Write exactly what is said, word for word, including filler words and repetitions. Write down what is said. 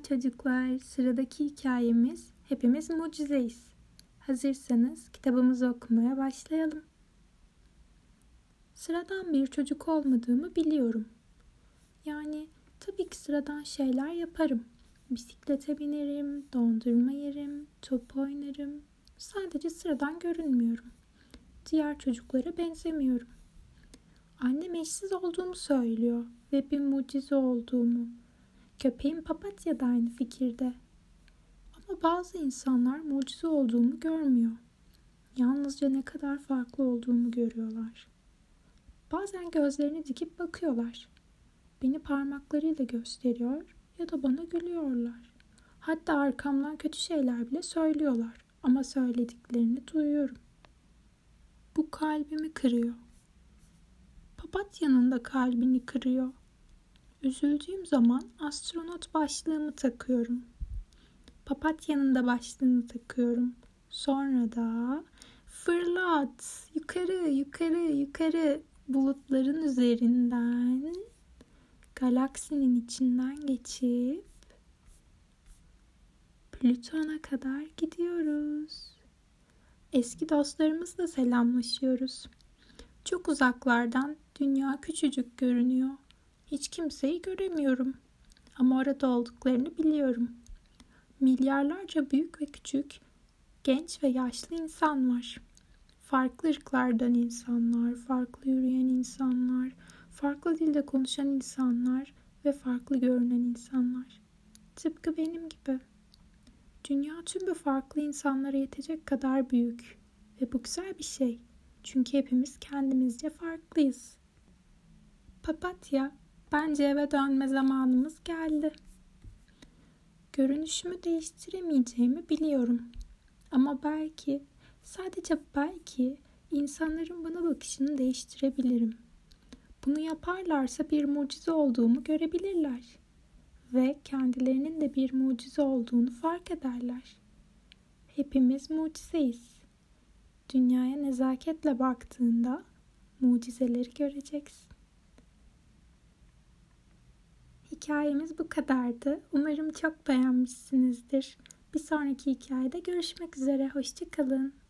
çocuklar, sıradaki hikayemiz Hepimiz Mucizeyiz. Hazırsanız kitabımızı okumaya başlayalım. Sıradan bir çocuk olmadığımı biliyorum. Yani tabii ki sıradan şeyler yaparım. Bisiklete binerim, dondurma yerim, top oynarım. Sadece sıradan görünmüyorum. Diğer çocuklara benzemiyorum. Annem eşsiz olduğumu söylüyor ve bir mucize olduğumu. Köpeğim Papatya da aynı fikirde. Ama bazı insanlar mucize olduğumu görmüyor. Yalnızca ne kadar farklı olduğumu görüyorlar. Bazen gözlerini dikip bakıyorlar. Beni parmaklarıyla gösteriyor ya da bana gülüyorlar. Hatta arkamdan kötü şeyler bile söylüyorlar ama söylediklerini duyuyorum. Bu kalbimi kırıyor. Papatya'nın da kalbini kırıyor. Üzüldüğüm zaman astronot başlığımı takıyorum. Papatya'nın da başlığını takıyorum. Sonra da fırlat, yukarı, yukarı, yukarı bulutların üzerinden, galaksinin içinden geçip Plüton'a kadar gidiyoruz. Eski dostlarımızla selamlaşıyoruz. Çok uzaklardan dünya küçücük görünüyor. Hiç kimseyi göremiyorum. Ama orada olduklarını biliyorum. Milyarlarca büyük ve küçük, genç ve yaşlı insan var. Farklı ırklardan insanlar, farklı yürüyen insanlar, farklı dilde konuşan insanlar ve farklı görünen insanlar. Tıpkı benim gibi. Dünya tüm bu farklı insanlara yetecek kadar büyük ve bu güzel bir şey. Çünkü hepimiz kendimizce farklıyız. Papatya, bence eve dönme zamanımız geldi. Görünüşümü değiştiremeyeceğimi biliyorum. Ama belki, sadece belki insanların bana bakışını değiştirebilirim. Bunu yaparlarsa bir mucize olduğumu görebilirler. Ve kendilerinin de bir mucize olduğunu fark ederler. Hepimiz mucizeyiz. Dünyaya nezaketle baktığında mucizeleri göreceksin. Hikayemiz bu kadardı. Umarım çok beğenmişsinizdir. Bir sonraki hikayede görüşmek üzere. Hoşça kalın.